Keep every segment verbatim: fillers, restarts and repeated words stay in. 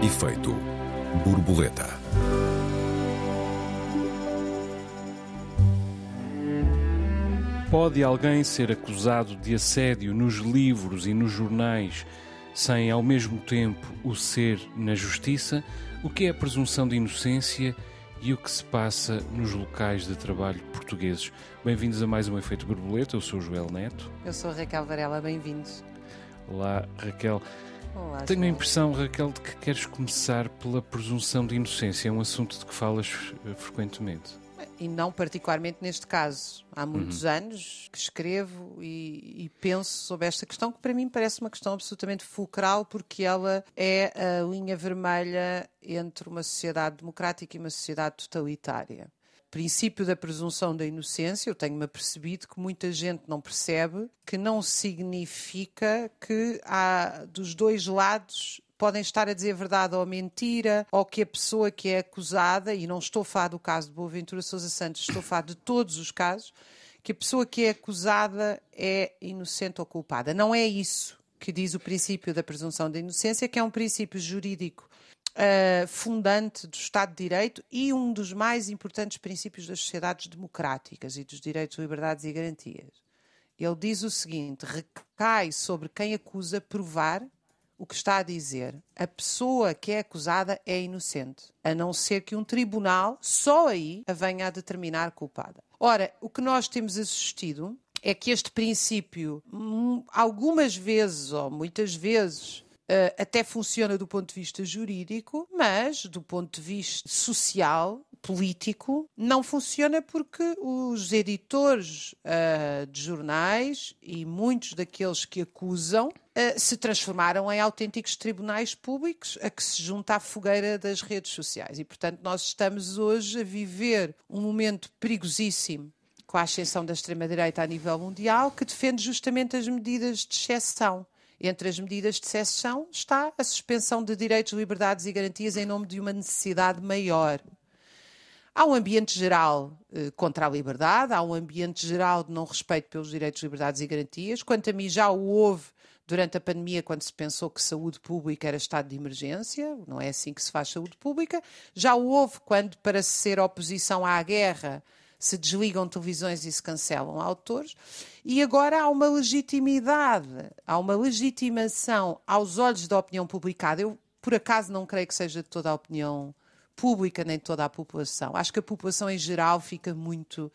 Efeito borboleta. Pode alguém ser acusado de assédio nos livros e nos jornais sem, ao mesmo tempo, o ser na justiça? O que é a presunção de inocência e o que se passa nos locais de trabalho portugueses? Bem-vindos a mais um Efeito Borboleta. Eu sou o Joel Neto. Eu sou a Raquel Varela. Bem-vindos. Olá, Raquel. Olá, Tenho Joel. a impressão, Raquel, de que queres começar pela presunção de inocência. É um assunto de que falas uh, frequentemente. E não particularmente neste caso. Há muitos Uhum. anos que escrevo e, e penso sobre esta questão, que para mim parece uma questão absolutamente fulcral, porque ela é a linha vermelha entre uma sociedade democrática e uma sociedade totalitária. O princípio da presunção da inocência, eu tenho-me apercebido que muita gente não percebe, que não significa que há dos dois lados podem estar a dizer verdade ou mentira, ou que a pessoa que é acusada, e não estou a falar do caso de Boaventura Sousa Santos, estou a falar de todos os casos, que a pessoa que é acusada é inocente ou culpada. Não é isso que diz o princípio da presunção da inocência, que é um princípio jurídico uh, fundante do Estado de Direito e um dos mais importantes princípios das sociedades democráticas e dos direitos, liberdades e garantias. Ele diz o seguinte: recai sobre quem acusa provar o que está a dizer. A pessoa que é acusada é inocente, a não ser que um tribunal só aí a venha a determinar culpada. Ora, o que nós temos assistido é que este princípio, algumas vezes ou muitas vezes, Uh, até funciona do ponto de vista jurídico, mas do ponto de vista social, político, não funciona, porque os editores uh, de jornais e muitos daqueles que acusam uh, se transformaram em autênticos tribunais públicos a que se junta à fogueira das redes sociais. E, portanto, nós estamos hoje a viver um momento perigosíssimo com a ascensão da extrema-direita a nível mundial, que defende justamente as medidas de exceção. Entre as medidas de exceção está a suspensão de direitos, liberdades e garantias em nome de uma necessidade maior. Há um ambiente geral eh, contra a liberdade, há um ambiente geral de não respeito pelos direitos, liberdades e garantias. Quanto a mim, já o houve durante a pandemia, quando se pensou que saúde pública era estado de emergência. Não é assim que se faz saúde pública. Já o houve quando, para ser oposição à guerra, se desligam televisões e se cancelam autores, e agora há uma legitimidade, há uma legitimação aos olhos da opinião publicada. Eu, por acaso, não creio que seja de toda a opinião pública, nem de toda a população. Acho que a população em geral fica muito uh,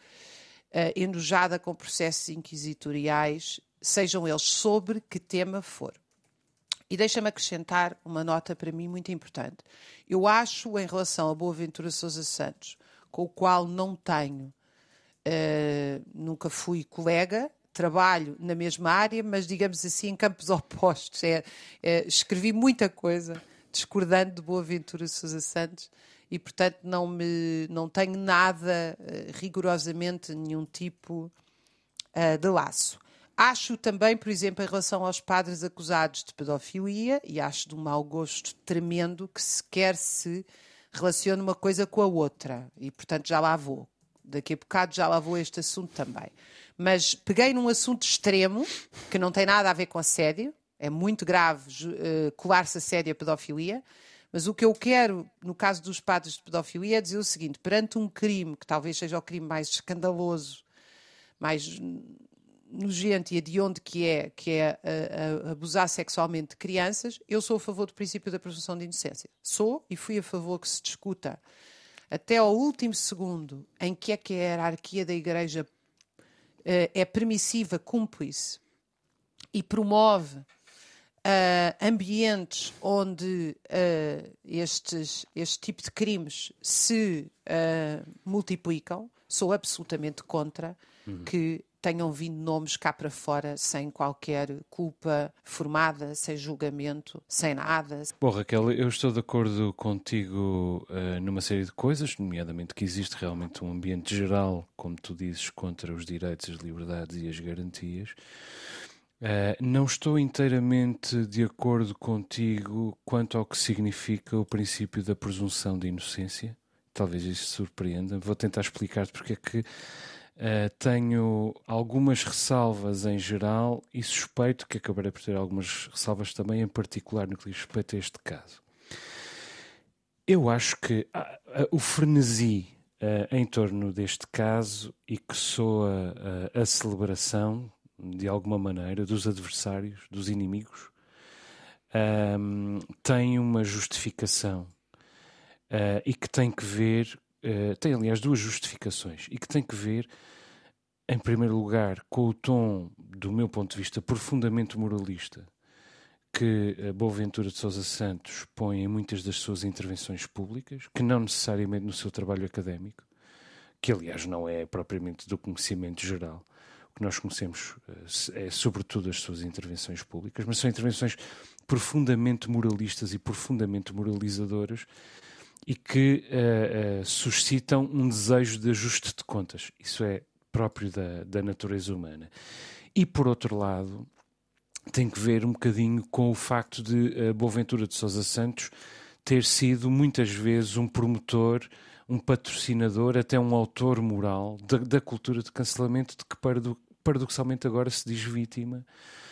enojada com processos inquisitoriais, sejam eles sobre que tema for. E deixa-me acrescentar uma nota para mim muito importante. Eu acho, em relação a Boaventura Sousa Santos, com o qual não tenho, uh, nunca fui colega, trabalho na mesma área, mas, digamos assim, em campos opostos. É, é, escrevi muita coisa discordando de Boaventura Sousa Santos e, portanto, não, me, não tenho nada, uh, rigorosamente, nenhum tipo uh, de laço. Acho também, por exemplo, em relação aos padres acusados de pedofilia, e acho de um mau gosto tremendo que sequer se relaciona uma coisa com a outra, e portanto já lá vou. Daqui a bocado já lá vou a este assunto também. Mas peguei num assunto extremo, que não tem nada a ver com assédio, é muito grave uh, colar-se assédio a pedofilia, mas o que eu quero, no caso dos padres de pedofilia, é dizer o seguinte: perante um crime, que talvez seja o crime mais escandaloso, mais nojento e hediondo que é, que é a, a, abusar sexualmente de crianças, eu sou a favor do princípio da presunção de inocência. Sou e fui a favor que se discuta até ao último segundo em que é que a hierarquia da Igreja uh, é permissiva, cúmplice e promove uh, ambientes onde uh, estes, este tipo de crimes se uh, multiplicam. Sou absolutamente contra uhum. que tenham vindo nomes cá para fora sem qualquer culpa formada, sem julgamento, sem nada. Bom, Raquel, eu estou de acordo contigo uh, numa série de coisas, nomeadamente que existe realmente um ambiente geral, como tu dizes, contra os direitos, as liberdades e as garantias. Uh, não estou inteiramente de acordo contigo quanto ao que significa o princípio da presunção de inocência. Talvez isso surpreenda. Vou tentar explicar-te porque é que Uh, tenho algumas ressalvas em geral e suspeito que acabarei por ter algumas ressalvas também, em particular no que diz respeito a este caso. Eu acho que ah, ah, o frenesi ah, em torno deste caso e que soa ah, a celebração, de alguma maneira, dos adversários, dos inimigos, ah, tem uma justificação ah, e que tem que ver, ah, tem aliás duas justificações, e que tem que ver, em primeiro lugar, com o tom, do meu ponto de vista, profundamente moralista, que a Boaventura de Sousa Santos põe em muitas das suas intervenções públicas, que não necessariamente no seu trabalho académico, que aliás não é propriamente do conhecimento geral. O que nós conhecemos é sobretudo as suas intervenções públicas, mas são intervenções profundamente moralistas e profundamente moralizadoras e que uh, uh, suscitam um desejo de ajuste de contas. Isso é próprio da, da natureza humana. E por outro lado, tem que ver um bocadinho com o facto de uh, Boaventura de Sousa Santos ter sido muitas vezes um promotor, um patrocinador, até um autor moral da, da cultura de cancelamento, de que paradoxalmente agora se diz vítima,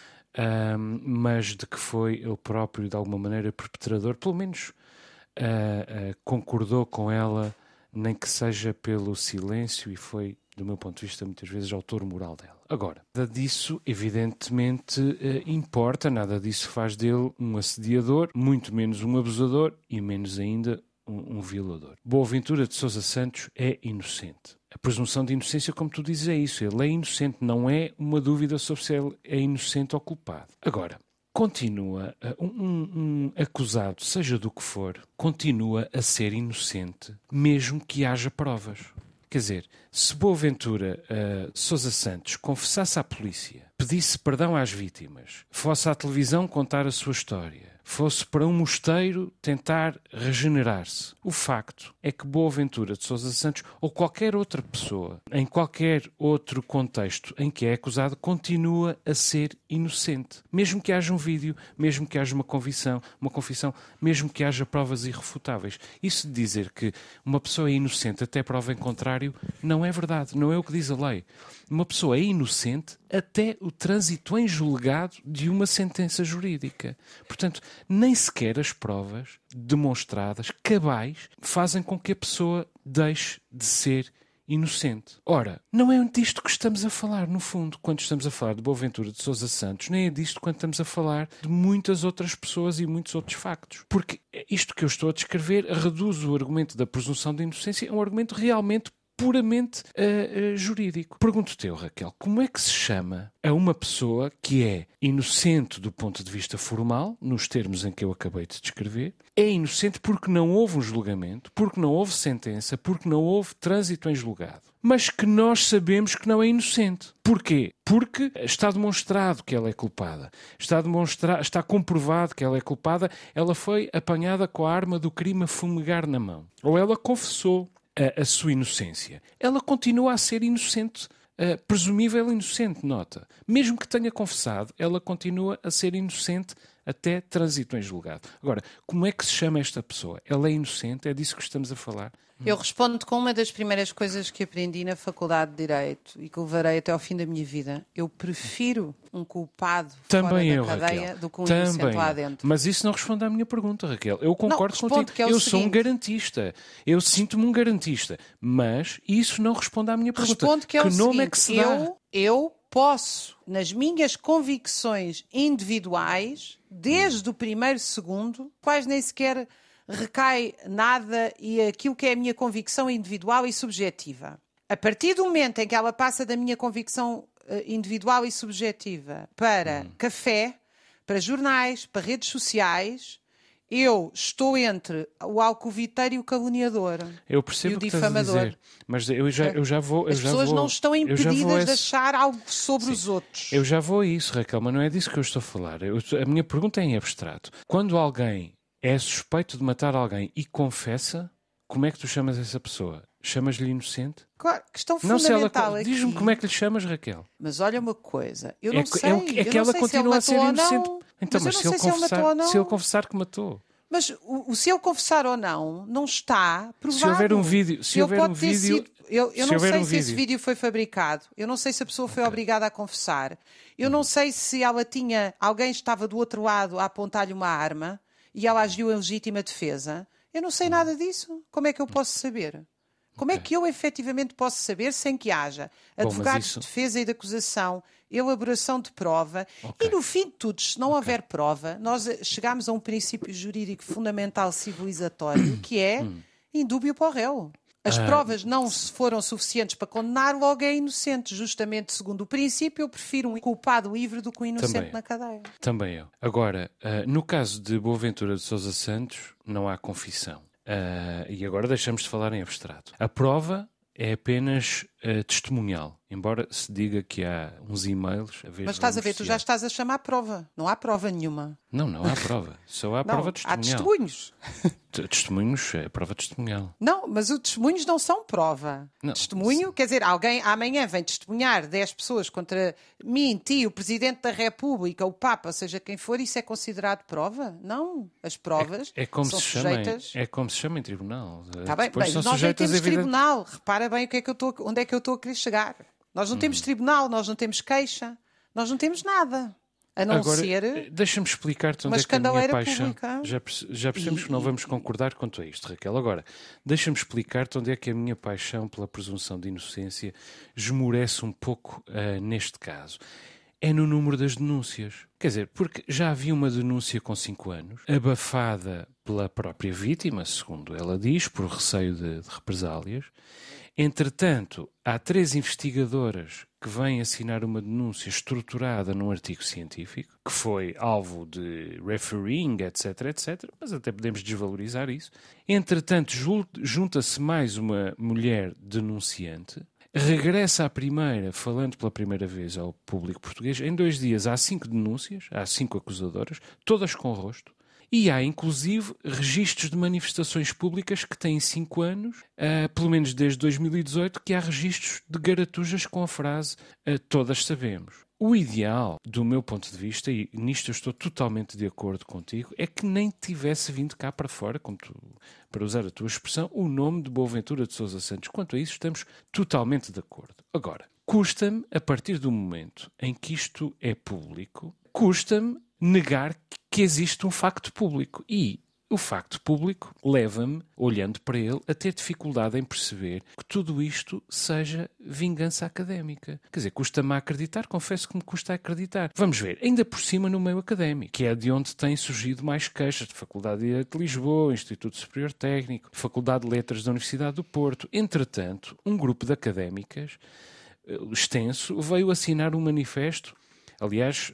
um, mas de que foi ele próprio de alguma maneira perpetrador, pelo menos uh, uh, concordou com ela, nem que seja pelo silêncio, e foi, do meu ponto de vista, muitas vezes autor moral dela. Agora, nada disso, evidentemente, importa, nada disso faz dele um assediador, muito menos um abusador e menos ainda um, um violador. Boaventura de Sousa Santos é inocente. A presunção de inocência, como tu dizes, é isso. Ele é inocente, não é uma dúvida sobre se ele é inocente ou culpado. Agora, continua, um, um, um acusado, seja do que for, continua a ser inocente, mesmo que haja provas. Quer dizer, se Boaventura uh, Sousa Santos confessasse à polícia, pedisse perdão às vítimas, fosse à televisão contar a sua história, fosse para um mosteiro tentar regenerar-se, o facto é que Boaventura de Sousa Santos, ou qualquer outra pessoa, em qualquer outro contexto em que é acusado, continua a ser inocente. Mesmo que haja um vídeo, mesmo que haja uma confissão, uma confissão, mesmo que haja provas irrefutáveis. Isso de dizer que uma pessoa é inocente até prova em contrário, não é verdade, não é o que diz a lei. Uma pessoa é inocente até o trânsito em julgado de uma sentença jurídica. Portanto, nem sequer as provas demonstradas, cabais, fazem com que a pessoa deixe de ser inocente. Ora, não é disto que estamos a falar, no fundo, quando estamos a falar de Boaventura de Sousa Santos, nem é disto quando estamos a falar de muitas outras pessoas e muitos outros factos. Porque isto que eu estou a descrever reduz o argumento da presunção de inocência a um argumento realmente puramente uh, uh, jurídico. Pergunto-te eu, Raquel, como é que se chama a uma pessoa que é inocente do ponto de vista formal, nos termos em que eu acabei de descrever, é inocente porque não houve um julgamento, porque não houve sentença, porque não houve trânsito em julgado, mas que nós sabemos que não é inocente. Porquê? Porque está demonstrado que ela é culpada, está, demonstrado, está comprovado que ela é culpada, ela foi apanhada com a arma do crime a fumegar na mão, ou ela confessou A, a sua inocência. Ela continua a ser inocente, uh, presumível inocente, nota. Mesmo que tenha confessado, ela continua a ser inocente até trânsito em julgado. Agora, como é que se chama esta pessoa? Ela é inocente? É disso que estamos a falar? Eu respondo com uma das primeiras coisas que aprendi na Faculdade de Direito e que levarei até ao fim da minha vida. Eu prefiro um culpado Também fora eu, da cadeia Raquel. do que um Também inocente lá eu. dentro. Mas isso não responde à minha pergunta, Raquel. Eu concordo não, contigo. Que é o eu seguinte, sou um garantista. Eu sinto-me um garantista. Mas isso não responde à minha pergunta. Responde que é que o nome seguinte, é que se dá? Eu, eu posso, nas minhas convicções individuais, desde o primeiro segundo, quais nem sequer recai nada, e aquilo que é a minha convicção individual e subjetiva. A partir do momento em que ela passa da minha convicção individual e subjetiva para hum. café, para jornais, para redes sociais, eu estou entre o alcoviteiro e o caluniador. Eu percebo e o o que difamador. Estás a dizer, mas eu já, eu já vou... Eu As já pessoas vou, não estão impedidas de achar algo sobre Sim. os outros. Eu já vou a isso, Raquel, mas não é disso que eu estou a falar. Eu, a minha pergunta é em abstrato. Quando alguém é suspeito de matar alguém e confessa, como é que tu chamas essa pessoa? Chamas-lhe inocente? Claro, questão não, fundamental ela, aqui. Diz-me como é que lhe chamas, Raquel. Mas olha uma coisa, eu não é, sei. É, é que eu ela não continua sei se a ele ser inocente. não. Então, mas, mas eu não se, sei ele se, ele confessar, se ele confessar que matou. Mas o, o, se ele confessar ou não, não está provado. Se houver um vídeo... Se houver um vídeo sido, eu eu se não sei um se vídeo. esse vídeo foi fabricado. Eu não sei se a pessoa foi okay. obrigada a confessar. Eu não sei se ela tinha... Alguém estava do outro lado a apontar-lhe uma arma e ela agiu em legítima defesa. Eu não sei nada disso. Como é que eu posso saber? Como okay. é que eu efetivamente posso saber sem que haja advogados isso... de defesa e de acusação, elaboração de prova okay. e, no fim de tudo, se não okay. houver prova, nós chegamos a um princípio jurídico fundamental civilizatório que é indúbio pro réu. As ah, provas não foram suficientes para condenar, logo é inocente. Justamente segundo o princípio, eu prefiro um culpado livre do que um inocente na cadeia. Também eu. Agora, uh, no caso de Boaventura de Sousa Santos, não há confissão. Uh, e agora deixamos de falar em abstrato. A prova é apenas uh, testemunhal, embora se diga que há uns e-mails... A ver, Mas estás a ver, tu já estás a chamar prova. Não há prova nenhuma. Não, não há prova. Só há não, prova testemunhal. Há testemunhos. Testemunhos é prova testemunhal. Não, mas os testemunhos não são prova. Não, Testemunho, sim. quer dizer, alguém amanhã vem testemunhar dez pessoas contra mim, ti, o Presidente da República, o Papa, seja quem for, isso é considerado prova? Não. As provas é, é como são se sujeitas... Chama, é como se chama em tribunal. Está bem, bem são nós nem temos evidente... tribunal. Repara bem o que é que eu estou, onde é que eu estou a querer chegar. Nós não hum. temos tribunal, nós não temos queixa, nós não temos nada. A não Agora, ser deixa-me explicar-te onde é que a minha paixão... Já, já percebemos e, que não vamos concordar quanto a isto, Raquel. Agora, deixa-me explicar-te onde é que a minha paixão pela presunção de inocência esmorece um pouco uh, neste caso. É no número das denúncias. Quer dizer, porque já havia uma denúncia com cinco anos, abafada pela própria vítima, segundo ela diz, por receio de, de represálias. Entretanto, há três investigadoras que vêm assinar uma denúncia estruturada num artigo científico, que foi alvo de refereeing, etc, etcétera, mas até podemos desvalorizar isso. Entretanto, junta-se mais uma mulher denunciante, regressa à primeira, falando pela primeira vez ao público português. Em dois dias há cinco denúncias, há cinco acusadoras, todas com rosto. E há, inclusive, registros de manifestações públicas que têm cinco anos, uh, pelo menos desde dois mil e dezoito, que há registros de garatujas com a frase uh, todas sabemos. O ideal, do meu ponto de vista, e nisto eu estou totalmente de acordo contigo, é que nem tivesse vindo cá para fora, como tu, para usar a tua expressão, o nome de Boaventura de Sousa Santos. Quanto a isso, estamos totalmente de acordo. Agora, custa-me, a partir do momento em que isto é público, custa-me negar que existe um facto público. E o facto público leva-me, olhando para ele, a ter dificuldade em perceber que tudo isto seja vingança académica. Quer dizer, custa-me a acreditar, confesso que me custa a acreditar. Vamos ver, ainda por cima no meio académico, que é de onde têm surgido mais queixas, de Faculdade de Direito de Lisboa, Instituto Superior Técnico, Faculdade de Letras da Universidade do Porto. Entretanto, um grupo de académicas extenso veio assinar um manifesto, aliás,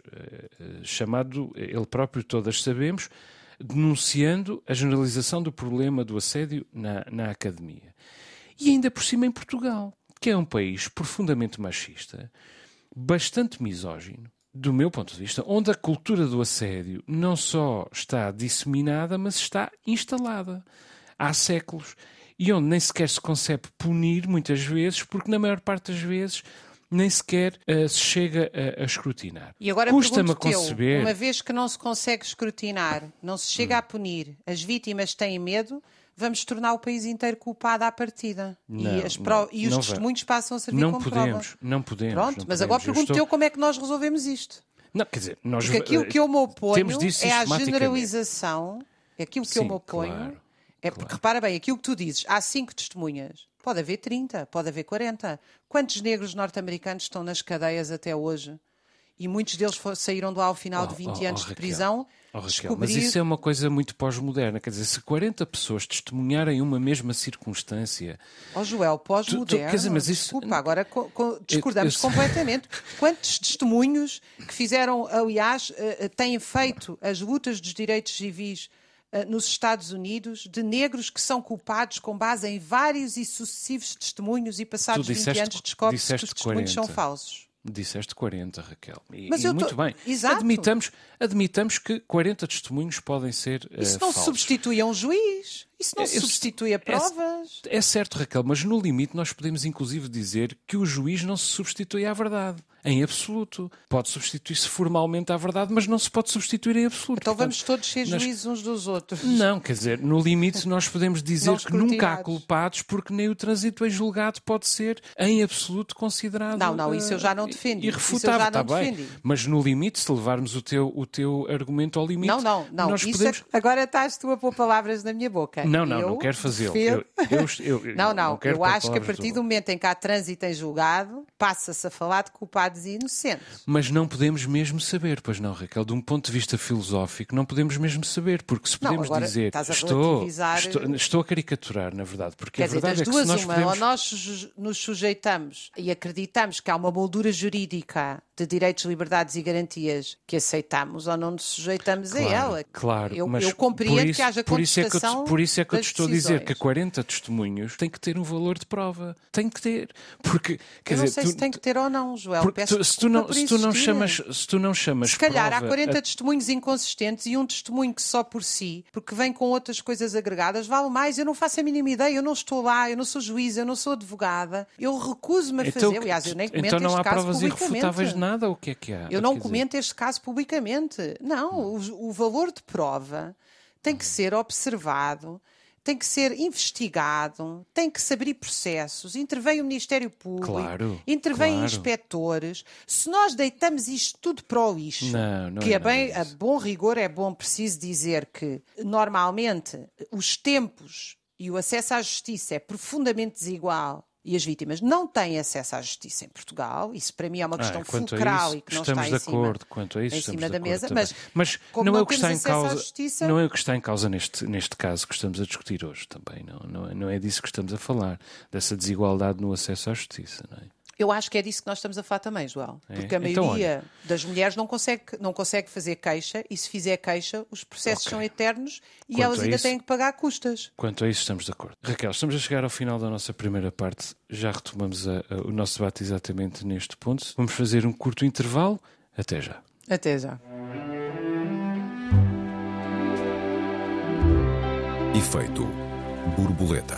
chamado, ele próprio Todas Sabemos, denunciando a generalização do problema do assédio na, na academia. E ainda por cima em Portugal, que é um país profundamente machista, bastante misógino, do meu ponto de vista, onde a cultura do assédio não só está disseminada, mas está instalada há séculos, e onde nem sequer se concebe punir, muitas vezes, porque na maior parte das vezes nem sequer uh, se chega a, a escrutinar. E agora custa-me a conceber... uma vez que não se consegue escrutinar, não se chega hum. a punir, as vítimas têm medo, vamos tornar o país inteiro culpado à partida. Não, e, as pro... não, e os não testemunhos vai. passam a servir não como podemos, prova. Não podemos. Pronto, não mas podemos. agora pergunto-te estou... eu como é que nós resolvemos isto. Não, quer dizer, nós... Porque aquilo que eu me oponho é à generalização, aquilo que Sim, eu me oponho claro, é claro. porque, repara bem, aquilo que tu dizes, há cinco testemunhas, pode haver trinta, pode haver quarenta. Quantos negros norte-americanos estão nas cadeias até hoje? E muitos deles for, saíram de lá ao final oh, de vinte oh, anos oh, de prisão. Oh, Raquel, descobrir... Mas isso é uma coisa muito pós-moderna. Quer dizer, se quarenta pessoas testemunharem uma mesma circunstância... Ó oh, Joel, pós-moderno, quer dizer, mas isso... desculpa, agora co co discordamos eu, eu... completamente. Quantos testemunhos que fizeram, aliás, uh, têm feito as lutas dos direitos civis uh, nos Estados Unidos, de negros que são culpados com base em vários e sucessivos testemunhos e passados disseste, vinte anos descobre-se que os testemunhos quarenta. são falsos. Disseste quarenta, Raquel. E, Mas e eu muito tô... bem. Exato. Admitamos, admitamos que quarenta testemunhos podem ser uh, Isso não falsos. substitui a um juiz. Isso não É, substitui a provas. É, é certo, Raquel, mas no limite nós podemos inclusive dizer que o juiz não se substitui à verdade. Em absoluto. Pode substituir-se formalmente à verdade, mas não se pode substituir em absoluto. Então Portanto, vamos todos ser nós... juízes uns dos outros. Não, quer dizer, no limite nós podemos dizer que nunca há culpados porque nem o trânsito em julgado pode ser em absoluto considerado Não, não, isso eu já não defendi. Irrefutável, está bem. Mas no limite, se levarmos o teu, o teu argumento ao limite... Não, não, não. Nós isso podemos... é... Agora estás tu a pôr palavras na minha boca. Não, não, eu não quero fazê-lo. defendo- Eu, eu, eu, Não, não, não quero eu pôr acho que a palavras partir do- do momento em que há trânsito em julgado, passa-se a falar de culpados e inocentes. Mas não podemos mesmo saber, pois não, Raquel, de um ponto de vista filosófico, não podemos mesmo saber, porque se Não, podemos agora dizer estás a estou, relativizar- estou, estou a caricaturar, na verdade, porque Quer a dizer, verdade das é que duas se nós uma, podemos... ou nós su- nos sujeitamos e acreditamos que há uma moldura jurídica de direitos, liberdades e garantias que aceitamos, ou não nos sujeitamos Claro, a ela. claro, eu, mas eu compreendo por isso, que haja por isso é que eu te, contestação por isso é que eu te das estou a dizer decisões. que quarenta testemunhos têm que ter um valor de prova. Tem que ter. Porque, quer Eu não dizer, sei tu, se tem que ter ou não, Joel. porque Peço tu- se tu desculpa não, por se tu não insistir. chamas, se tu não chamas Se calhar há prova quarenta a- testemunhos inconsistentes e um testemunho que só por si, porque vem com outras coisas agregadas, vale mais. Eu não faço a mínima ideia, eu não estou lá, eu não sou juíza, eu não sou advogada. Eu recuso-me a Então, fazer. Aliás, eu nem comento então não este há caso provas publicamente. irrefutáveis de nada? Ou o que é que há? Eu não Quer dizer, comento este caso publicamente. Não, o, o valor de prova tem que ser observado, tem que ser investigado, tem que se abrir processos, intervém o Ministério Público, Claro, intervêm claro. inspectores. Se nós deitamos isto tudo para o lixo, Não, não que é é bem, nada a disso. bom rigor é bom preciso dizer que normalmente os tempos e o acesso à justiça é profundamente desigual e as vítimas não têm acesso à justiça em Portugal. Isso para mim é uma questão Ah, quanto a fulcral isso, e que não estamos está de em cima, acordo. Quanto a isso, em estamos cima de da acordo mesa. também. Mas, Mas como não, não é o que está temos em acesso à causa. justiça- Não é o que está em causa neste, neste caso que estamos a discutir hoje também. Não, não, é, não é disso que estamos a falar, dessa desigualdade no acesso à justiça, não é? Eu acho que é disso que nós estamos a falar também, Joel. É? Porque a Então, maioria das mulheres não consegue, não consegue fazer queixa e se fizer queixa os processos Ok. são eternos e Quanto elas a ainda isso- têm que pagar custas. Quanto a isso, estamos de acordo. Raquel, estamos a chegar ao final da nossa primeira parte. Já retomamos a- a- o nosso debate exatamente neste ponto. Vamos fazer um curto intervalo. Até já. Até já. Efeito borboleta.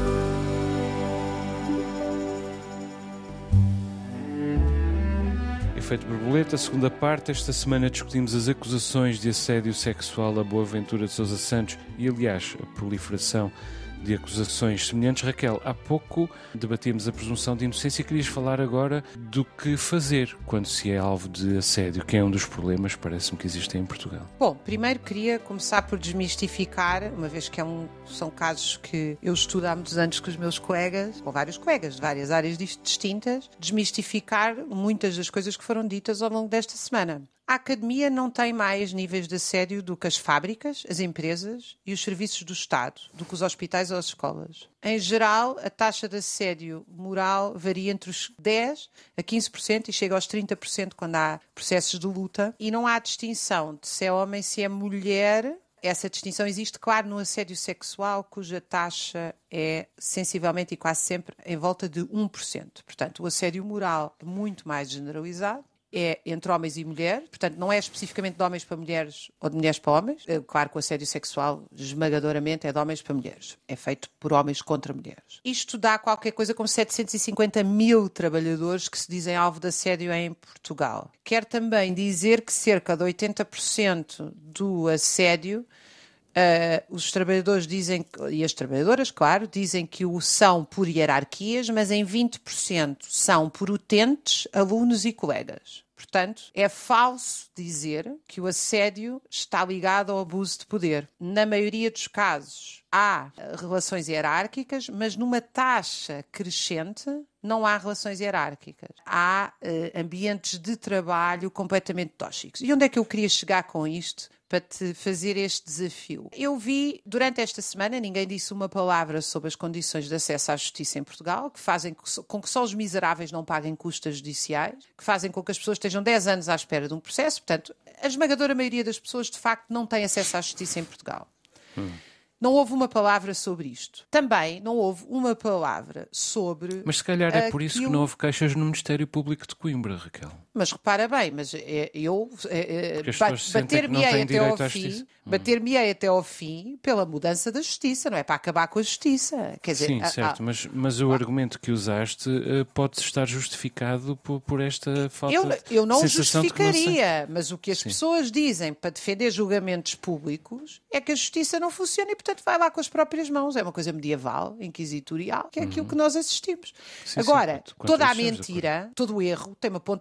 Efeito borboleta, segunda parte. Esta semana discutimos as acusações de assédio sexual a Boaventura de Sousa Santos e, aliás, a proliferação de acusações semelhantes. Raquel, há pouco debatíamos a presunção de inocência. Querias falar agora do que fazer quando se é alvo de assédio, que é um dos problemas, parece-me, que existem em Portugal. Bom, primeiro queria começar por desmistificar, uma vez que é um, são casos que eu estudo há muitos anos com os meus colegas, ou vários colegas de várias áreas dis- distintas, desmistificar muitas das coisas que foram ditas ao longo desta semana. A academia não tem mais níveis de assédio do que as fábricas, as empresas e os serviços do Estado, do que os hospitais ou as escolas. Em geral, a taxa de assédio moral varia entre os dez a quinze por cento e chega aos trinta por cento quando há processos de luta. E não há distinção de se é homem, se é mulher. Essa distinção existe, claro, no assédio sexual, cuja taxa é sensivelmente e quase sempre em volta de um por cento. Portanto, o assédio moral é muito mais generalizado. É entre homens e mulheres, portanto não é especificamente de homens para mulheres ou de mulheres para homens. É, claro que o assédio sexual esmagadoramente é de homens para mulheres. É feito por homens contra mulheres. Isto dá qualquer coisa como setecentos e cinquenta mil trabalhadores que se dizem alvo de assédio em Portugal. Quer também dizer que cerca de oitenta por cento do assédio Uh, os trabalhadores dizem, e as trabalhadoras, claro, dizem que o são por hierarquias, mas em vinte por cento são por utentes, alunos e colegas. Portanto, é falso dizer que o assédio está ligado ao abuso de poder. Na maioria dos casos, há relações hierárquicas, mas numa taxa crescente não há relações hierárquicas. Há uh, ambientes de trabalho completamente tóxicos. E onde é que eu queria chegar com isto? Para te fazer este desafio. Eu vi, durante esta semana, ninguém disse uma palavra sobre as condições de acesso à justiça em Portugal, que fazem com que só os miseráveis não paguem custas judiciais, que fazem com que as pessoas estejam dez anos à espera de um processo. Portanto, a esmagadora maioria das pessoas, de facto, não tem acesso à justiça em Portugal. Hum. Não houve uma palavra sobre isto. Também não houve uma palavra sobre... Mas se calhar é aquilo... por isso que não houve queixas no Ministério Público de Coimbra, Raquel. Mas repara bem, mas é, eu é, bater-me-ei até ao fim, hum. bater-me-ei até ao fim pela mudança da justiça, não é para acabar com a justiça. Quer dizer, Sim, a, certo, a, mas, mas o a, argumento que usaste uh, pode estar justificado por, por esta falta eu, de eu não sensação justificaria, de que não mas o que as Sim. pessoas dizem para defender julgamentos públicos é que a justiça não funciona e, portanto, vai lá com as próprias mãos. É uma coisa medieval, inquisitorial, que é aquilo uhum. que nós assistimos. Sim, Agora, sim, toda a mentira, todo o erro tem uma ponta de verdade.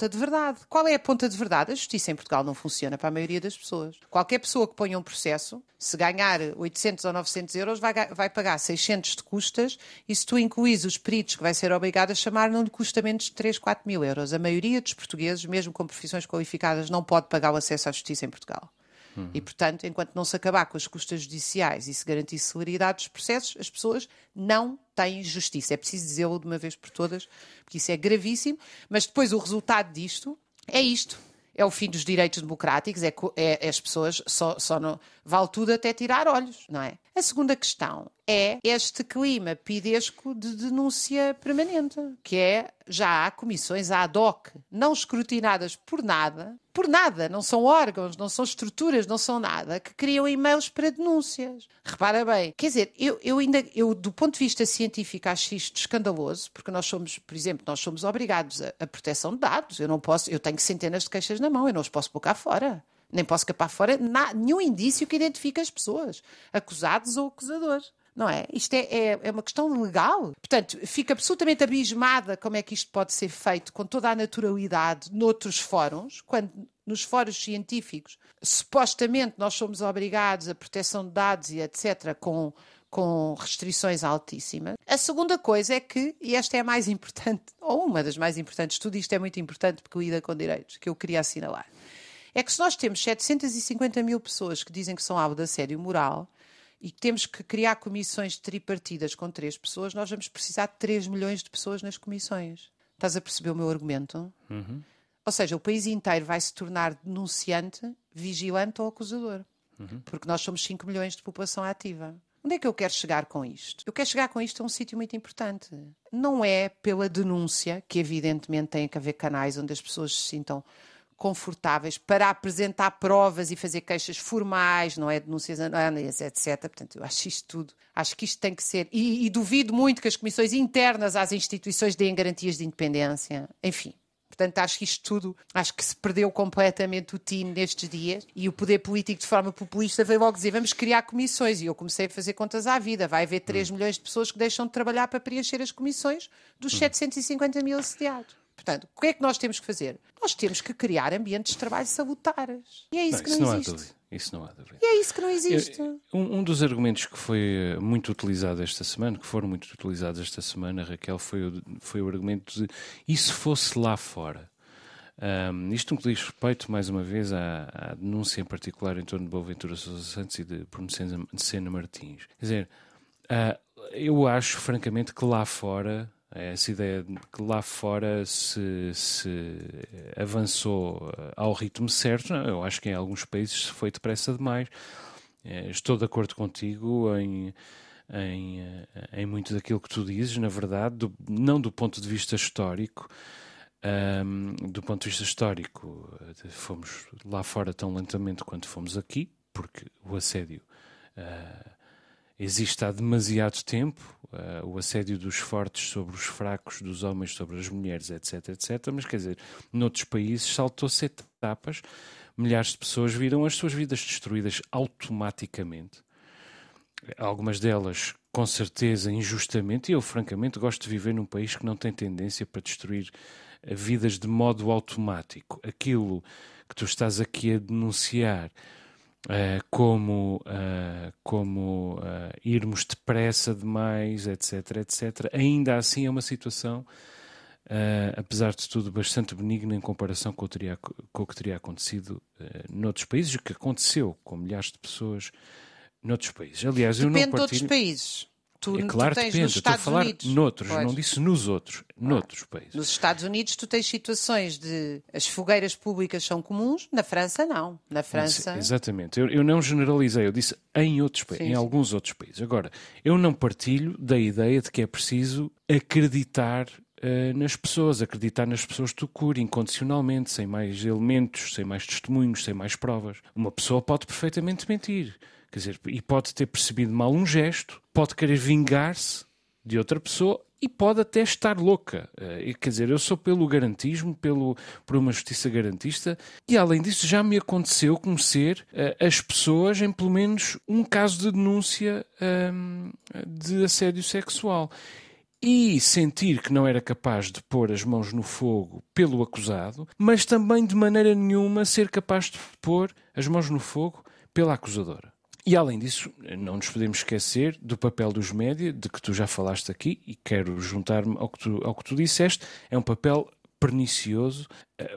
verdade. Qual é a ponta de verdade? A justiça em Portugal não funciona para a maioria das pessoas. Qualquer pessoa que ponha um processo, se ganhar oitocentos ou novecentos euros, vai, vai pagar seiscentos de custas, e se tu incluís os peritos que vai ser obrigado a chamar, não lhe custa menos de três, quatro mil euros. A maioria dos portugueses, mesmo com profissões qualificadas, não pode pagar o acesso à justiça em Portugal. Uhum. E, portanto, enquanto não se acabar com as custas judiciais e se garantir celeridade dos processos, as pessoas não têm justiça. É preciso dizê-lo de uma vez por todas, porque isso é gravíssimo. Mas depois o resultado disto é isto. É o fim dos direitos democráticos, é, é, é as pessoas só, só não... Vale tudo até tirar olhos, não é? A segunda questão é este clima pidesco de denúncia permanente, que é, já há comissões ad hoc, não escrutinadas por nada, por nada, não são órgãos, não são estruturas, não são nada, que criam e-mails para denúncias. Repara bem, quer dizer, eu, eu ainda, eu do ponto de vista científico acho isto escandaloso, porque nós somos, por exemplo, nós somos obrigados a, a proteção de dados, eu não posso, eu tenho centenas de queixas na mão, eu não os posso pôr cá fora. Nem posso capar fora na, nenhum indício que identifique as pessoas, acusados ou acusadores. Não é? Isto é, é, é uma questão legal. Portanto, fico absolutamente abismada como é que isto pode ser feito com toda a naturalidade noutros fóruns, quando nos fóruns científicos, supostamente nós somos obrigados a proteção de dados e etcétera, com, com restrições altíssimas. A segunda coisa é que, e esta é a mais importante, ou uma das mais importantes, tudo isto é muito importante porque lida com direitos, que eu queria assinalar, é que se nós temos setecentos e cinquenta mil pessoas que dizem que são alvo de assédio moral e que temos que criar comissões tripartidas com três pessoas, nós vamos precisar de três milhões de pessoas nas comissões. Estás a perceber o meu argumento? Uhum. Ou seja, o país inteiro vai se tornar denunciante, vigilante ou acusador. Uhum. Porque nós somos cinco milhões de população ativa. Onde é que eu quero chegar com isto? Eu quero chegar com isto a um sítio muito importante. Não é pela denúncia, que evidentemente tem que haver canais onde as pessoas se sintam confortáveis para apresentar provas e fazer queixas formais, não é denúncias anónimas, etcétera. Portanto, eu acho isto tudo. Acho que isto tem que ser... E, e duvido muito que as comissões internas às instituições deem garantias de independência. Enfim. Portanto, acho que isto tudo, acho que se perdeu completamente o tino nestes dias e o poder político de forma populista veio logo dizer vamos criar comissões e eu comecei a fazer contas à vida. Vai haver três milhões de pessoas que deixam de trabalhar para preencher as comissões dos hum. setecentos e cinquenta mil assediados. Portanto, o que é que nós temos que fazer? Nós temos que criar ambientes de trabalho salutares. E é isso não, que não, não existe. Há isso não há dúvida. E é isso que não existe. Eu, um, um dos argumentos que foi muito utilizado esta semana, que foram muito utilizados esta semana, Raquel, foi o, foi o argumento de e se fosse lá fora? Um, isto no que diz respeito, mais uma vez, à, à denúncia em particular em torno de Boaventura Sousa Santos e de Pornicena Martins. Quer dizer, uh, eu acho, francamente, que lá fora... Essa ideia de que lá fora se, se avançou ao ritmo certo, não, eu acho que em alguns países se foi depressa demais. Estou de acordo contigo em, em, em muito daquilo que tu dizes, na verdade, do, não do ponto de vista histórico. Um, do ponto de vista histórico, fomos lá fora tão lentamente quanto fomos aqui, porque o assédio uh, existe há demasiado tempo. Uh, o assédio dos fortes sobre os fracos, dos homens sobre as mulheres, etc, etcétera. Mas, quer dizer, noutros países saltou-se etapas, milhares de pessoas viram as suas vidas destruídas automaticamente. Algumas delas, com certeza, injustamente, e eu, francamente, gosto de viver num país que não tem tendência para destruir vidas de modo automático. Aquilo que tu estás aqui a denunciar Uh, como, uh, como uh, irmos depressa demais, etc, etcétera. Ainda assim é uma situação, uh, apesar de tudo, bastante benigna em comparação com o, teria, com o que teria acontecido uh, noutros países, o que aconteceu com milhares de pessoas noutros países. Aliás, depende eu não partilho... de outros países. Tu, é claro, tu tens depende. nos Estou a Estados falar Unidos. noutros, Pois. não disse nos outros, noutros ah. países. Nos Estados Unidos tu tens situações de as fogueiras públicas são comuns, na França não. Na França... Sim, exatamente. Eu, eu não generalizei, eu disse em outros países, em sim. alguns outros países. Agora, eu não partilho da ideia de que é preciso acreditar uh, nas pessoas, acreditar nas pessoas de cura, incondicionalmente, sem mais elementos, sem mais testemunhos, sem mais provas. Uma pessoa pode perfeitamente mentir. Quer dizer, e pode ter percebido mal um gesto, pode querer vingar-se de outra pessoa e pode até estar louca. Uh, quer dizer, eu sou pelo garantismo, pelo, por uma justiça garantista e, além disso, já me aconteceu conhecer uh, as pessoas em pelo menos um caso de denúncia um, de assédio sexual. e sentir que não era capaz de pôr as mãos no fogo pelo acusado, mas também de maneira nenhuma ser capaz de pôr as mãos no fogo pela acusadora. E além disso, não nos podemos esquecer do papel dos média, de que tu já falaste aqui, e quero juntar-me ao que tu, ao que tu disseste, é um papel pernicioso.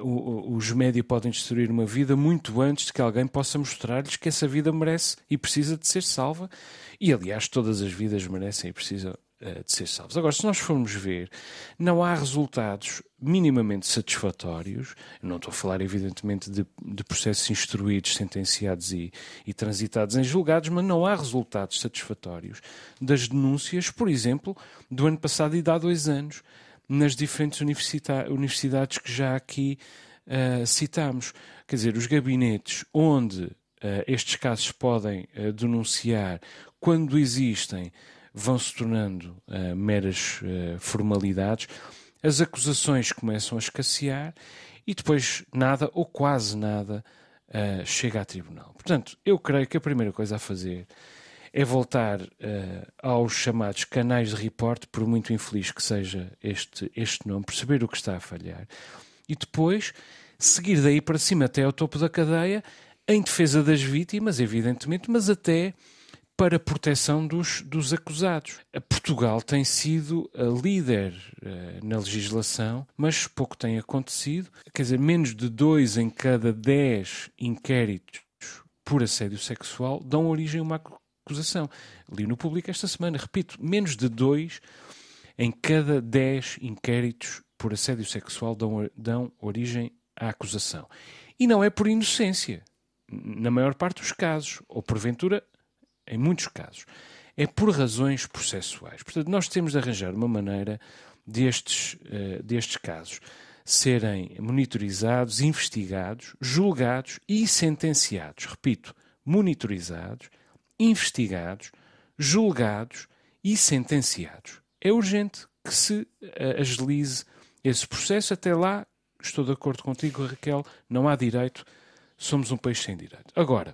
Os média podem destruir uma vida muito antes de que alguém possa mostrar-lhes que essa vida merece e precisa de ser salva. E, aliás, todas as vidas merecem e precisam uh, de ser salvas. Agora, se nós formos ver, não há resultados minimamente satisfatórios. Eu não estou a falar, evidentemente, de, de processos instruídos, sentenciados e, e transitados em julgados, mas não há resultados satisfatórios das denúncias, por exemplo, do ano passado e de há dois anos, nas diferentes universidades que já aqui uh, citámos. Quer dizer, os gabinetes onde uh, estes casos podem uh, denunciar, quando existem, vão se tornando uh, meras uh, formalidades, as acusações começam a escassear e depois nada ou quase nada uh, chega a tribunal. Portanto, eu creio que a primeira coisa a fazer é voltar uh, aos chamados canais de report, por muito infeliz que seja este, este nome, perceber o que está a falhar e depois seguir daí para cima até ao topo da cadeia em defesa das vítimas, evidentemente, mas até para a proteção dos, dos acusados. Portugal tem sido a líder uh, na legislação, mas pouco tem acontecido. Quer dizer, menos de dois em cada dez inquéritos por assédio sexual dão origem a uma acusação. Li no Público esta semana, repito, menos de dois em cada dez inquéritos por assédio sexual dão, dão origem à acusação. E não é por inocência, na maior parte dos casos, ou porventura, em muitos casos, é por razões processuais. Portanto, nós temos de arranjar uma maneira destes, uh, destes casos serem monitorizados, investigados, julgados e sentenciados. Repito, monitorizados, investigados, julgados e sentenciados. É urgente que se uh, agilize esse processo. Até lá, estou de acordo contigo, Raquel, não há direito, somos um país sem direito. Agora,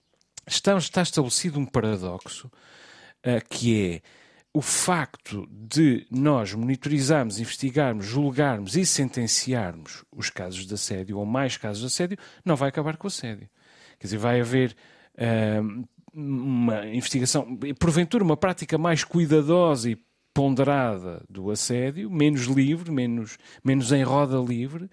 está, está estabelecido um paradoxo, uh, que é o facto de nós monitorizarmos, investigarmos, julgarmos e sentenciarmos os casos de assédio, ou mais casos de assédio, não vai acabar com o assédio. Quer dizer, vai haver Uh, uma investigação, porventura uma prática mais cuidadosa e ponderada do assédio, menos livre, menos, menos em roda livre, uh,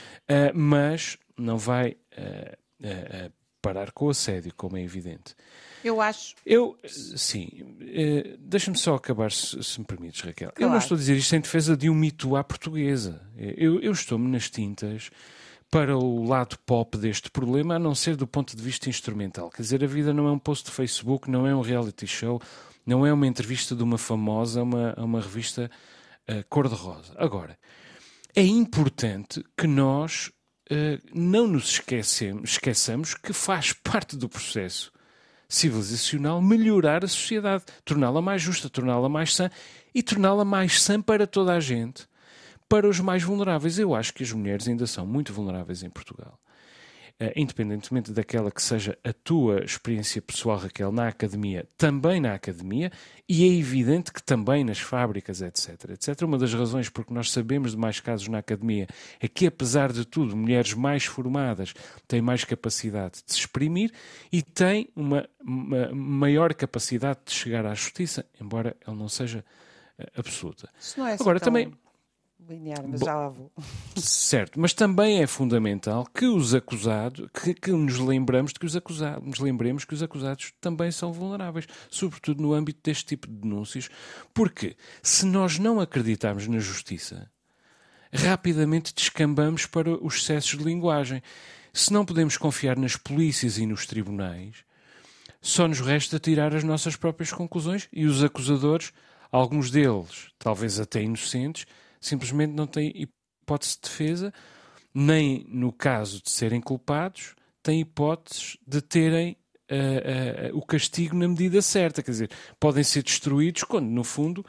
mas não vai uh, uh, parar com o assédio, como é evidente. Eu acho... Eu, sim, uh, deixa-me só acabar, se, se me permites, Raquel. Claro. Eu não estou a dizer isto em defesa de um mito à portuguesa. Eu, eu estou-me nas tintas para o lado pop deste problema, a não ser do ponto de vista instrumental. Quer dizer, a vida não é um post de Facebook, não é um reality show, não é uma entrevista de uma famosa a uma, a uma revista uh, cor-de-rosa. Agora, é importante que nós uh, não nos esquecemos, esqueçamos que faz parte do processo civilizacional melhorar a sociedade, torná-la mais justa, torná-la mais sã e torná-la mais sã para toda a gente. Para os mais vulneráveis, eu acho que as mulheres ainda são muito vulneráveis em Portugal. Uh, independentemente daquela que seja a tua experiência pessoal, Raquel, na academia, também na academia, e é evidente que também nas fábricas, etc, etcétera. Uma das razões porque nós sabemos de mais casos na academia é que, apesar de tudo, mulheres mais formadas têm mais capacidade de se exprimir e têm uma, uma maior capacidade de chegar à justiça, embora ela não seja uh, absoluta. Isso não é assim Agora, tão... também... linear, mas Bom, já lá vou. Certo, mas também é fundamental que os acusados, que, que nos lembramos de que os acusados, nos lembremos que os acusados também são vulneráveis, sobretudo no âmbito deste tipo de denúncias, porque se nós não acreditarmos na justiça, rapidamente descambamos para os excessos de linguagem. Se não podemos confiar nas polícias e nos tribunais, só nos resta tirar as nossas próprias conclusões e os acusadores, alguns deles, talvez até inocentes, simplesmente não têm hipótese de defesa, nem no caso de serem culpados, têm hipóteses de terem uh, uh, o castigo na medida certa. Quer dizer, podem ser destruídos quando, no fundo,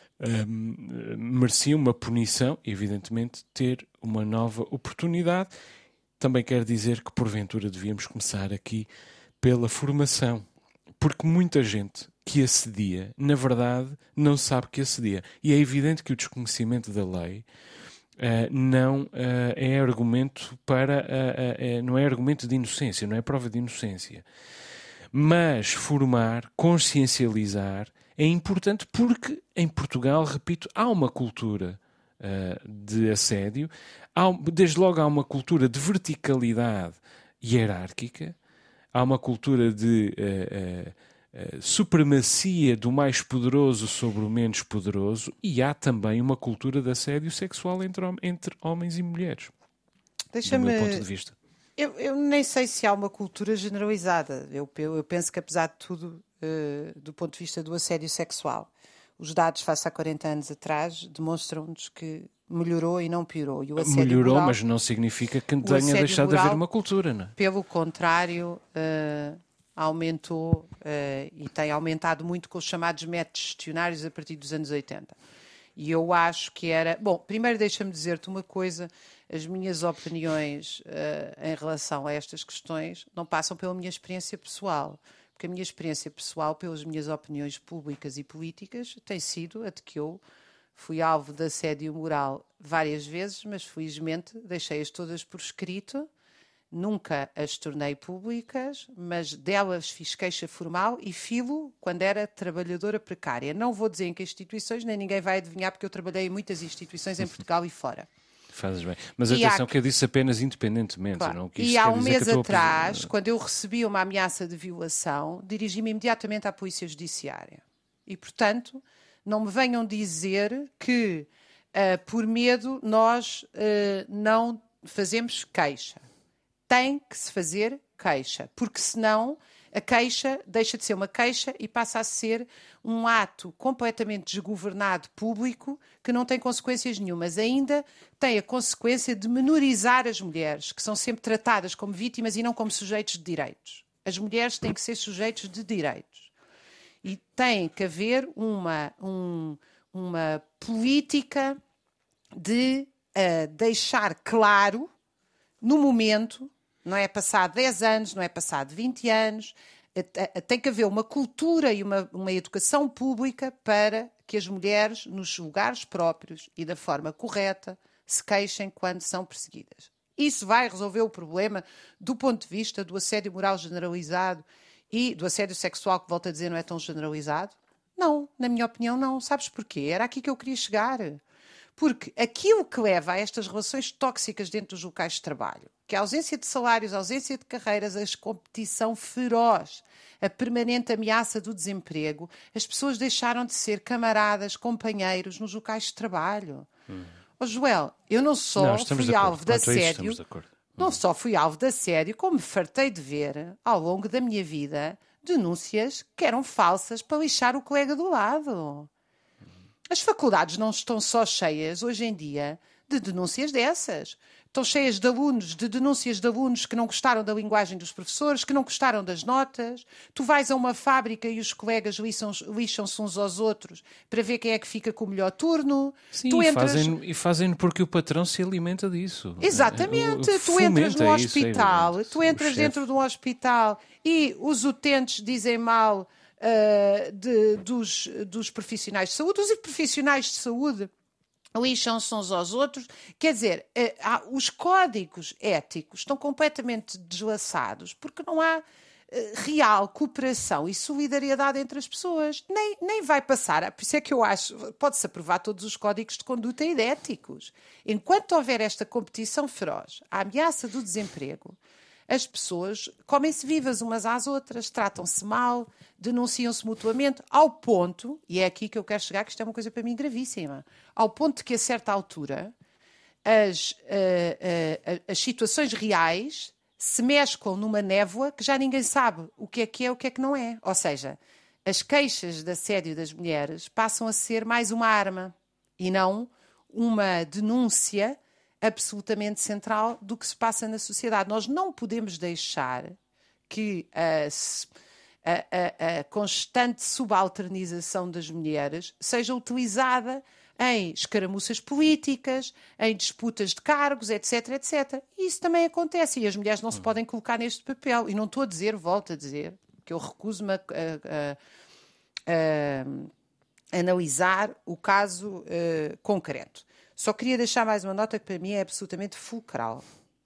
uh, mereciam uma punição e, evidentemente, ter uma nova oportunidade. Também quero dizer que, porventura, devíamos começar aqui pela formação, porque muita gente que assedia, na verdade, não sabe que assedia. E é evidente que o desconhecimento da lei uh, não uh, é argumento para uh, uh, uh, não é argumento de inocência, não é prova de inocência. Mas formar, consciencializar é importante porque em Portugal, repito, há uma cultura uh, de assédio, há, desde logo há uma cultura de verticalidade hierárquica, há uma cultura de uh, uh, uh, supremacia do mais poderoso sobre o menos poderoso e há também uma cultura de assédio sexual entre, entre homens e mulheres, Deixa-me... do meu ponto de vista. Eu, eu nem sei se há uma cultura generalizada. Eu, eu, eu penso que, apesar de tudo, uh, do ponto de vista do assédio sexual, os dados face a quarenta anos atrás demonstram-nos que melhorou e não piorou. E o assédio melhorou, moral, mas não significa que tenha deixado moral, de haver uma cultura, não é? Pelo contrário, uh, aumentou uh, e tem aumentado muito com os chamados métodos gestionários a partir dos anos oitenta. E eu acho que era... Bom, primeiro deixa-me dizer-te uma coisa. As minhas opiniões uh, em relação a estas questões não passam pela minha experiência pessoal. Porque a minha experiência pessoal, pelas minhas opiniões públicas e políticas, tem sido a de que eu fui alvo de assédio moral várias vezes, mas felizmente deixei-as todas por escrito. Nunca as tornei públicas, mas delas fiz queixa formal e filo quando era trabalhadora precária. Não vou dizer em que instituições, nem ninguém vai adivinhar, porque eu trabalhei em muitas instituições em Portugal e fora. Fazes bem. Mas E atenção há... que eu disse apenas independentemente. Claro. Não, que e há um dizer mês que atrás, a... quando eu recebi uma ameaça de violação, dirigi-me imediatamente à Polícia Judiciária. E, portanto, não me venham dizer que, uh, por medo, nós uh, não fazemos queixa. Tem que se fazer queixa, porque senão a queixa deixa de ser uma queixa e passa a ser um ato completamente desgovernado público que não tem consequências nenhumas. Ainda tem a consequência de menorizar as mulheres, que são sempre tratadas como vítimas e não como sujeitos de direitos. As mulheres têm que ser sujeitos de direitos. E tem que haver uma, um, uma política de uh, deixar claro, no momento... Não é passado dez anos, não é passado vinte anos. Tem que haver uma cultura e uma, uma educação pública para que as mulheres, nos lugares próprios e da forma correta, se queixem quando são perseguidas. Isso vai resolver o problema do ponto de vista do assédio moral generalizado e do assédio sexual, que, volto a dizer, não é tão generalizado? Não, na minha opinião, não. Sabes porquê? Era aqui que eu queria chegar. Porque aquilo que leva a estas relações tóxicas dentro dos locais de trabalho, que é a ausência de salários, a ausência de carreiras, a competição feroz, a permanente ameaça do desemprego, as pessoas deixaram de ser camaradas, companheiros nos locais de trabalho. Hum. Oh, Joel, eu não só não, fui alvo de assédio, de hum. não só fui alvo de assédio, como me fartei de ver, ao longo da minha vida, denúncias que eram falsas para lixar o colega do lado. As faculdades não estão só cheias, hoje em dia, de denúncias dessas. Estão cheias de alunos, de denúncias de alunos que não gostaram da linguagem dos professores, que não gostaram das notas. Tu vais a uma fábrica e os colegas lixam-se lixam-se uns aos outros para ver quem é que fica com o melhor turno. Sim, tu e, entras... fazem, e fazem porque o patrão se alimenta disso. Exatamente. O, o tu entras no hospital, isso, tu entras dentro de um hospital e os utentes dizem mal uh, de, dos, dos profissionais de saúde. Os profissionais de saúde lixam-se uns aos outros. Quer dizer, uh, os códigos éticos estão completamente deslaçados porque não há real cooperação e solidariedade entre as pessoas. Nem, nem vai passar. Por isso é que eu acho, pode-se aprovar todos os códigos de conduta e de éticos. Enquanto houver esta competição feroz, a ameaça do desemprego, as pessoas comem-se vivas umas às outras, tratam-se mal, denunciam-se mutuamente, ao ponto, e é aqui que eu quero chegar, que isto é uma coisa para mim gravíssima, ao ponto de que a certa altura as, uh, uh, as situações reais se mesclam numa névoa que já ninguém sabe o que é que é, o que é que não é. Ou seja, as queixas de assédio das mulheres passam a ser mais uma arma e não uma denúncia absolutamente central do que se passa na sociedade. Nós não podemos deixar que a, a, a, a constante subalternização das mulheres seja utilizada em escaramuças políticas, em disputas de cargos, etc, etcétera. E isso também acontece e as mulheres não se podem colocar neste papel. E não estou a dizer, volto a dizer, que eu recuso-me a, a, uh, analisar o caso uh, concreto. Só queria deixar mais uma nota que para mim é absolutamente fulcral.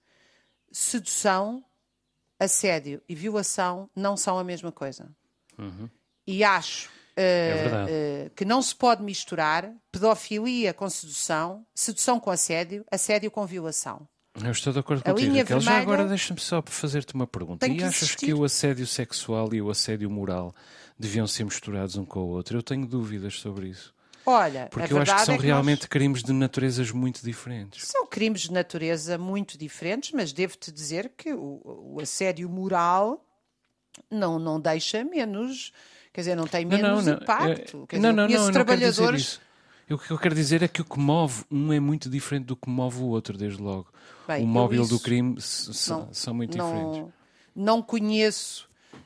Sedução, assédio e violação não são a mesma coisa. Uhum. E acho uh, é uh, que não se pode misturar pedofilia com sedução, sedução com assédio, assédio com violação. Eu estou de acordo contigo, Raquel. Já agora deixa-me só fazer-te uma pergunta. E achas existir? que o assédio sexual e o assédio moral deviam ser misturados um com o outro? Eu tenho dúvidas sobre isso. Olha, porque eu acho que são é que realmente nós... crimes de naturezas muito diferentes. São crimes de natureza muito diferentes, mas devo-te dizer que o, o assédio moral não, não deixa menos, quer dizer, não tem menos não, não, impacto. Não, quer não, dizer, não, não, não trabalhadores... quero dizer isso. Eu, o que eu quero dizer é que o que move um é muito diferente do que move o outro, desde logo. Bem, o móvel do crime não, são muito não, diferentes. Não conheço...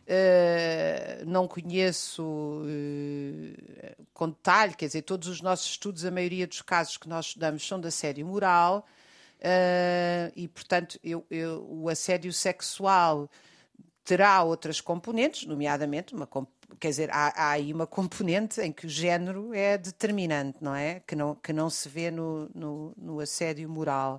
Uh, não conheço uh, com detalhe, quer dizer, todos os nossos estudos, a maioria dos casos que nós estudamos são de assédio moral uh, e, portanto, eu, eu, o assédio sexual terá outras componentes, nomeadamente, uma, quer dizer, há, há aí uma componente em que o género é determinante, não é? Que não, que não se vê no, no, no assédio moral.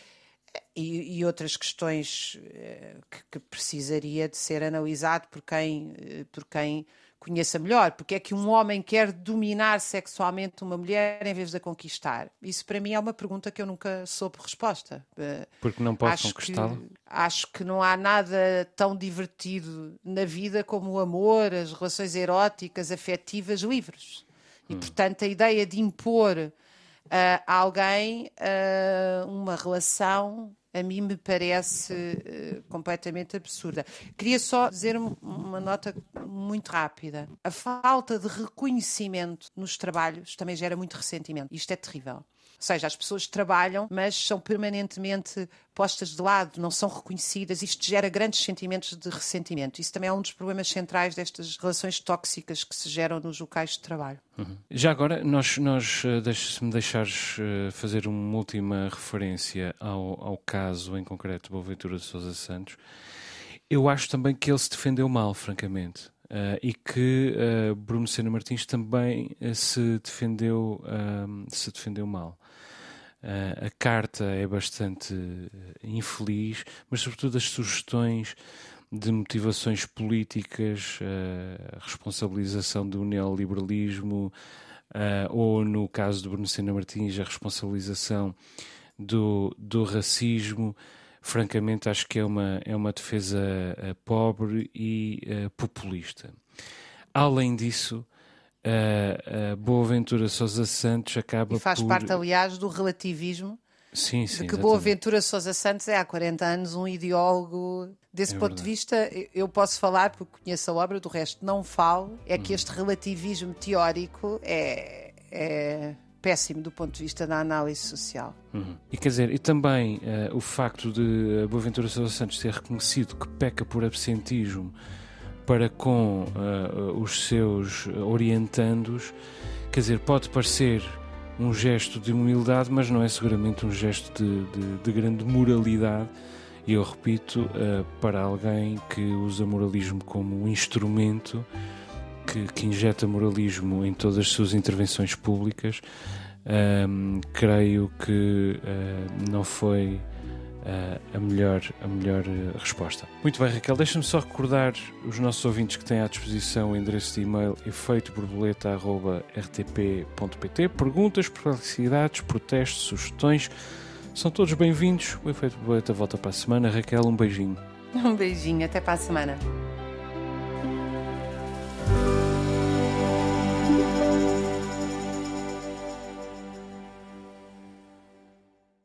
E, e outras questões eh, que, que precisaria de ser analisado por quem, eh, por quem conheça melhor. Porque é que um homem quer dominar sexualmente uma mulher em vez de a conquistar? Isso para mim é uma pergunta que eu nunca soube resposta. Eh, Porque não pode conquistá-la? Acho que não há nada tão divertido na vida como o amor, as relações eróticas, afetivas, livres. E, hum. portanto, a ideia de impor Uh, alguém uh, uma relação a mim me parece uh, completamente absurda. Queria só dizer uma nota muito rápida. A falta de reconhecimento nos trabalhos também gera muito ressentimento. Isto é terrível. Ou seja, as pessoas trabalham, mas são permanentemente postas de lado, não são reconhecidas. Isto gera grandes sentimentos de ressentimento. Isso também é um dos problemas centrais destas relações tóxicas que se geram nos locais de trabalho. Uhum. Já agora, nós, nós, se me deixares fazer uma última referência ao, ao caso em concreto de Boaventura de Sousa Santos, eu acho também que ele se defendeu mal, francamente. Uh, e que uh, Bruno Senna Martins também uh, se, defendeu, uh, se defendeu mal. Uh, a carta é bastante uh, infeliz, mas sobretudo as sugestões de motivações políticas, uh, a responsabilização do neoliberalismo, uh, ou no caso de Bruno Senna Martins, a responsabilização do, do racismo. Francamente, acho que é uma, é uma defesa uh, pobre e uh, populista. Além disso, uh, uh, Boaventura Sousa Santos acaba por... E faz por... parte, aliás, do relativismo sim, sim, de que exatamente. Boaventura Sousa Santos é há quarenta anos um ideólogo. Desse é ponto verdade. de vista, eu posso falar, porque conheço a obra, do resto não falo, é que este relativismo teórico é... é... péssimo do ponto de vista da análise social. Uhum. E quer dizer, e também uh, o facto de Boaventura Sousa Santos ter reconhecido que peca por absentismo para com uh, os seus orientandos, quer dizer, pode parecer um gesto de humildade, mas não é seguramente um gesto de, de, de grande moralidade. E eu repito, uh, para alguém que usa moralismo como um instrumento, que, que injeta moralismo em todas as suas intervenções públicas, um, creio que uh, não foi uh, a melhor, a melhor uh, resposta. Muito bem, Raquel, deixa-me só recordar os nossos ouvintes que têm à disposição o endereço de e-mail efeito borboleta arroba r t p ponto p t. Perguntas, perplexidades, protestos, sugestões, são todos bem-vindos. O Efeito Borboleta volta para a semana. Raquel, um beijinho. Um beijinho, até para a semana.